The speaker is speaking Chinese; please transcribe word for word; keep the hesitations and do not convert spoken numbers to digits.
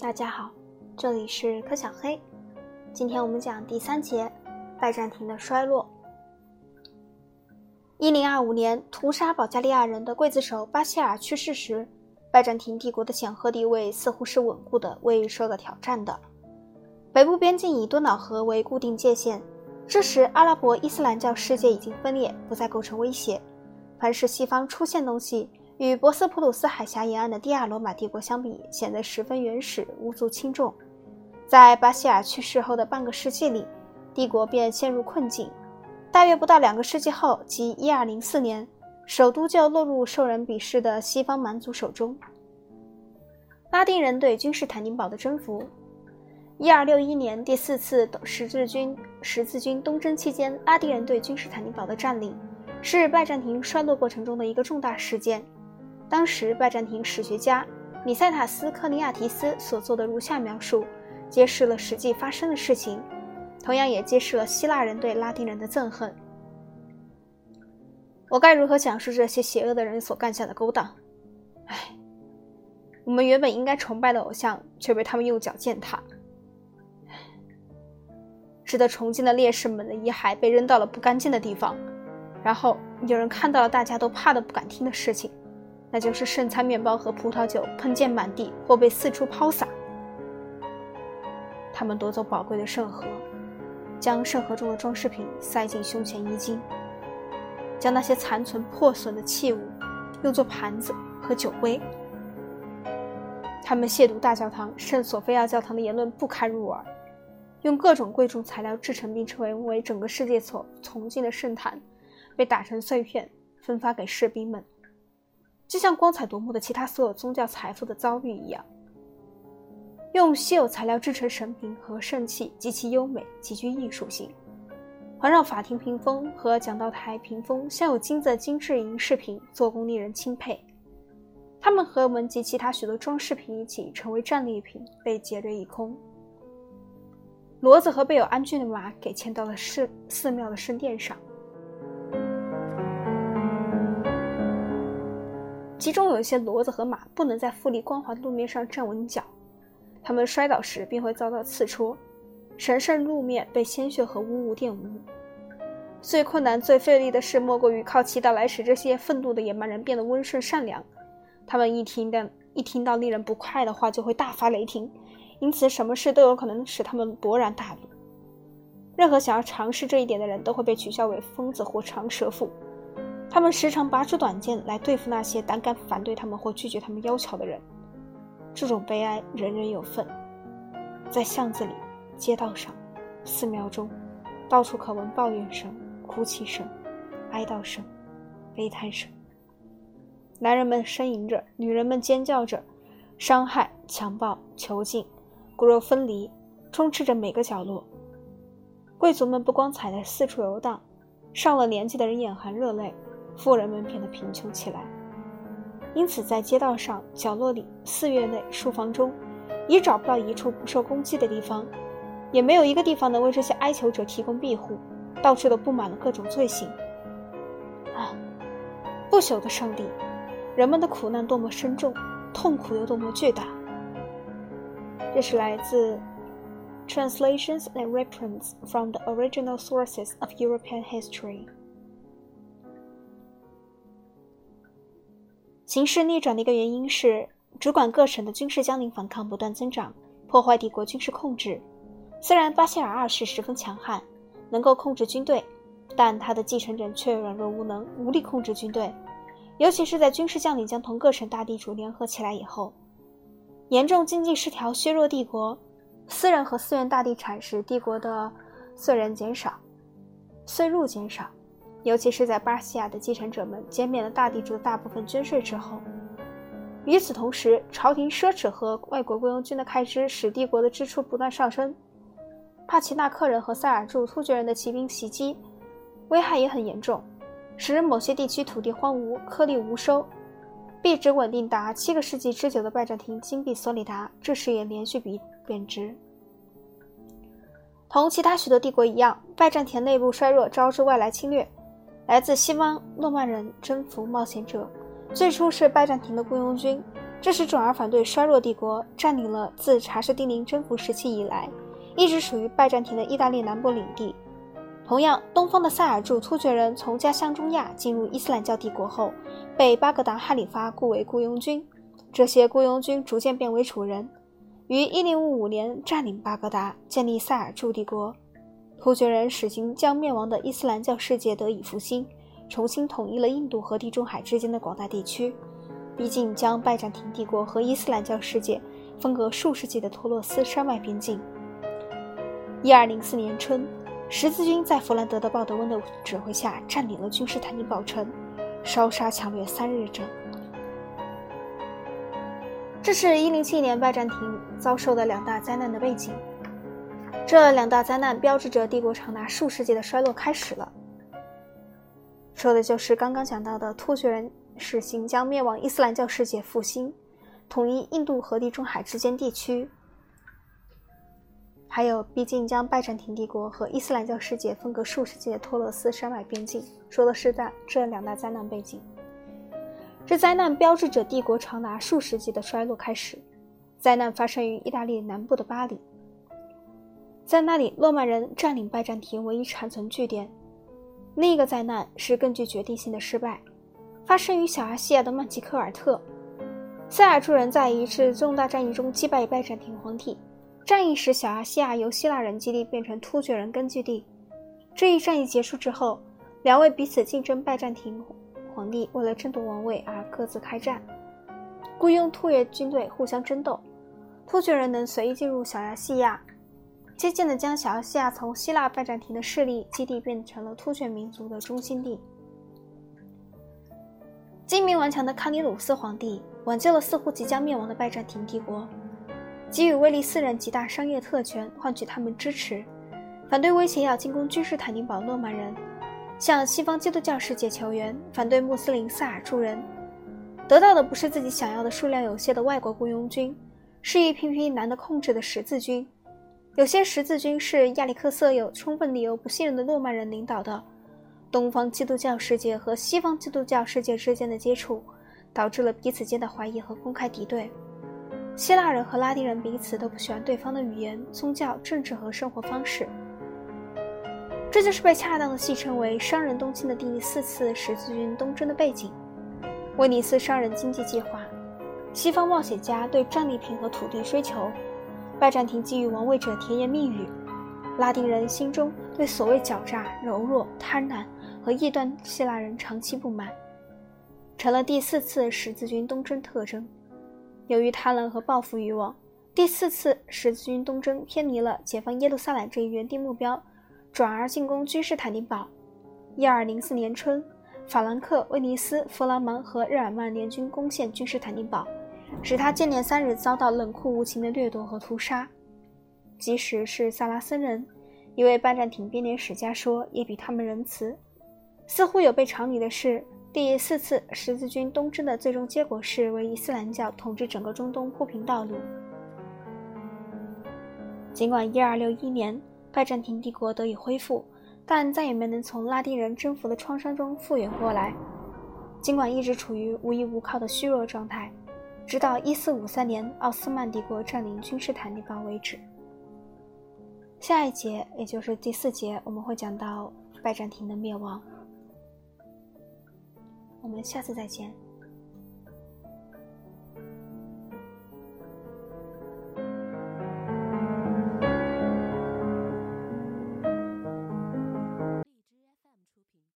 大家好，这里是柯小黑。今天我们讲第三节，拜占庭的衰落。一零二五年，屠杀保加利亚人的刽子手巴希尔去世时，拜占庭帝国的显赫地位似乎是稳固的，未受到挑战的。北部边境以多瑙河为固定界限，这时阿拉伯伊斯兰教世界已经分裂，不再构成威胁。凡是西方出现东西，与博斯普鲁斯海峡沿岸的第二罗马帝国相比，显得十分原始，无足轻重。在巴希尔去世后的半个世纪里，帝国便陷入困境。大约不到两个世纪后，即一二零四年，首都就落入受人鄙视的西方蛮族手中。拉丁人对君士坦丁堡的征服。一二六一年第四次十字军十字军东征期间，拉丁人对君士坦丁堡的占领是拜占庭衰落过程中的一个重大事件。当时拜占庭史学家米塞塔斯科尼亚提斯所做的如下描述，揭示了实际发生的事情，同样也揭示了希腊人对拉丁人的憎恨。我该如何讲述这些邪恶的人所干下的勾当？唉，我们原本应该崇拜的偶像，却被他们用脚践踏。值得崇敬的烈士们的遗骸被扔到了不干净的地方，然后有人看到了大家都怕得不敢听的事情，那就是圣餐面包和葡萄酒喷溅满地或被四处抛洒。他们夺走宝贵的圣盒，将圣盒中的装饰品塞进胸前衣襟，将那些残存破损的器物用作盘子和酒杯。他们亵渎大教堂圣索菲亚教堂的言论不堪入耳，用各种贵重材料制成并成为整个世界所崇敬的圣坛，被打成碎片分发给士兵们，就像光彩夺目的其他所有宗教财富的遭遇一样。用稀有材料制成神瓶和圣器极其优美，极具艺术性。环绕法庭屏风和讲道台屏风镶有金色精致银饰品，做工令人钦佩。它们和我们及其他许多装饰品一起成为战利品，被劫掠一空。骡子和备有鞍具的马给牵到了寺寺庙的圣殿上，其中有一些骡子和马不能在富丽光滑的路面上站稳脚，它们摔倒时便会遭到刺戳，神圣路面被鲜血和污物玷污。最困难最费力的事莫过于靠祈祷来使这些愤怒的野蛮人变得温顺善良。他们一听到一听到令人不快的话就会大发雷霆，因此什么事都有可能使他们勃然大怒。任何想要尝试这一点的人都会被取笑为疯子或长舌妇。他们时常拔出短剑来对付那些胆敢反对他们或拒绝他们要求的人。这种悲哀人人有份。在巷子里、街道上、寺庙中，到处可闻抱怨声、哭泣声、哀悼声、悲叹声。男人们呻吟着，女人们尖叫着，伤害、强暴、囚禁、骨肉分离充斥着每个角落。贵族们不光彩地四处游荡，上了年纪的人眼含热泪，富人们变得贫穷起来。因此在街道上、角落里、寺院内、书房中，已找不到一处不受攻击的地方，也没有一个地方能为这些哀求者提供庇护，到处都布满了各种罪行。啊，不朽的上帝，人们的苦难多么深重，痛苦又多么巨大。这是来自 Translations and Reprints from the Original Sources of European History。 形势逆转的一个原因是，主管各省的军事将领反抗不断增长，破坏帝国军事控制。虽然巴希尔二世十分强悍，能够控制军队，但他的继承者却软弱无能，无力控制军队，尤其是在军事将领将同各省大地主联合起来以后。严重经济失调削弱帝国，私人和私院大地产使帝国的税人减少，税入减少，尤其是在巴希尔的继承者们减免了大地主的大部分捐税之后。与此同时，朝廷奢侈和外国雇佣军的开支使帝国的支出不断上升。帕奇纳克人和塞尔柱突厥人的骑兵袭击，危害也很严重，使某些地区土地荒芜，颗粒无收。币值稳定达七个世纪之久的拜占庭金币索里达这时也连续贬值。同其他许多帝国一样，拜占庭内部衰弱招致外来侵略，来自西方诺曼人征服冒险者，最初是拜占庭的雇佣军， 这使转而反对衰弱帝国占领了自查士丁尼征服时期以来一直属于拜占庭的意大利南部领地。同样，东方的塞尔柱突厥人从家乡中亚进入伊斯兰教帝国后，被巴格达哈里发雇为雇佣军，这些雇佣军逐渐变为主人，于一零五五年占领巴格达，建立塞尔柱帝国。突厥人使行将灭亡的伊斯兰教世界得以复兴，重新统一了印度和地中海之间的广大地区，逼近将拜占庭帝国和伊斯兰教世界分隔数世纪的托洛斯山脉边境。一二零四年春，十字军在弗兰德的鲍德温的指挥下占领了君士坦丁堡城，烧杀抢掠三日整。这是一零七年拜占庭遭受的两大灾难的背景。这两大灾难标志着帝国长达数世纪的衰落开始了。说的就是刚刚讲到的突厥人使行将灭亡伊斯兰教世界复兴，统一印度和地中海之间地区，还有逼近将拜占庭帝国和伊斯兰教世界分隔数世纪的托勒斯山脉边境，说的是在这两大灾难背景。这灾难标志着帝国长达数世纪的衰落开始。灾难发生于意大利南部的巴黎，在那里诺曼人占领拜占庭唯一残存据点。另一个灾难是更具决定性的失败，发生于小亚细亚的曼吉科尔特。塞尔柱人在一次重大战役中击败拜占庭皇帝，战役使小亚细亚由希腊人基地变成突厥人根据地。这一战役结束之后，两位彼此竞争拜占庭皇帝为了争夺王位而各自开战，雇佣突厥军队互相争斗。突厥人能随意进入小亚细亚，渐渐地将小亚细亚从希腊拜占庭的势力基地变成了突厥民族的中心地。精明顽强的康尼鲁斯皇帝挽救了似乎即将灭亡的拜占庭帝国，给予威利斯人极大商业特权，换取他们支持，反对威胁要进攻君士坦丁堡诺曼人，向西方基督教世界求援，反对穆斯林塞尔柱人。得到的不是自己想要的数量有限的外国雇佣军，是一批批难得控制的十字军。有些十字军是亚历克瑟有充分理由不信任的诺曼人领导的。东方基督教世界和西方基督教世界之间的接触，导致了彼此间的怀疑和公开敌对。希腊人和拉丁人彼此都不喜欢对方的语言、宗教、政治和生活方式。这就是被恰当的戏称为商人东侵的第四次十字军东征的背景。威尼斯商人经济计划，西方冒险家对战利品和土地追求，拜占庭给予王位者甜言蜜语，拉丁人心中对所谓狡诈、柔弱、贪婪和异端希腊人长期不满，成了第四次十字军东征特征。由于贪婪和报复欲望，第四次十字军东征偏离了解放耶路撒冷这一原定目标，转而进攻君士坦丁堡。一二零四年春，法兰克、威尼斯、弗兰芒和日耳曼联军攻陷君士坦丁堡，使他接连三日遭到冷酷无情的掠夺和屠杀。即使是萨拉森人，一位拜占庭编年史家说，也比他们仁慈。似乎有悖常理的是，第四次十字军东征的最终结果是为伊斯兰教统治整个中东铺平道路。尽管一二六一年拜占庭帝国得以恢复，但再也没能从拉丁人征服的创伤中复原过来。尽管一直处于无依无靠的虚弱状态，直到一四五三年奥斯曼帝国占领君士坦丁堡为止。下一节，也就是第四节，我们会讲到拜占庭的灭亡。我们下次再见。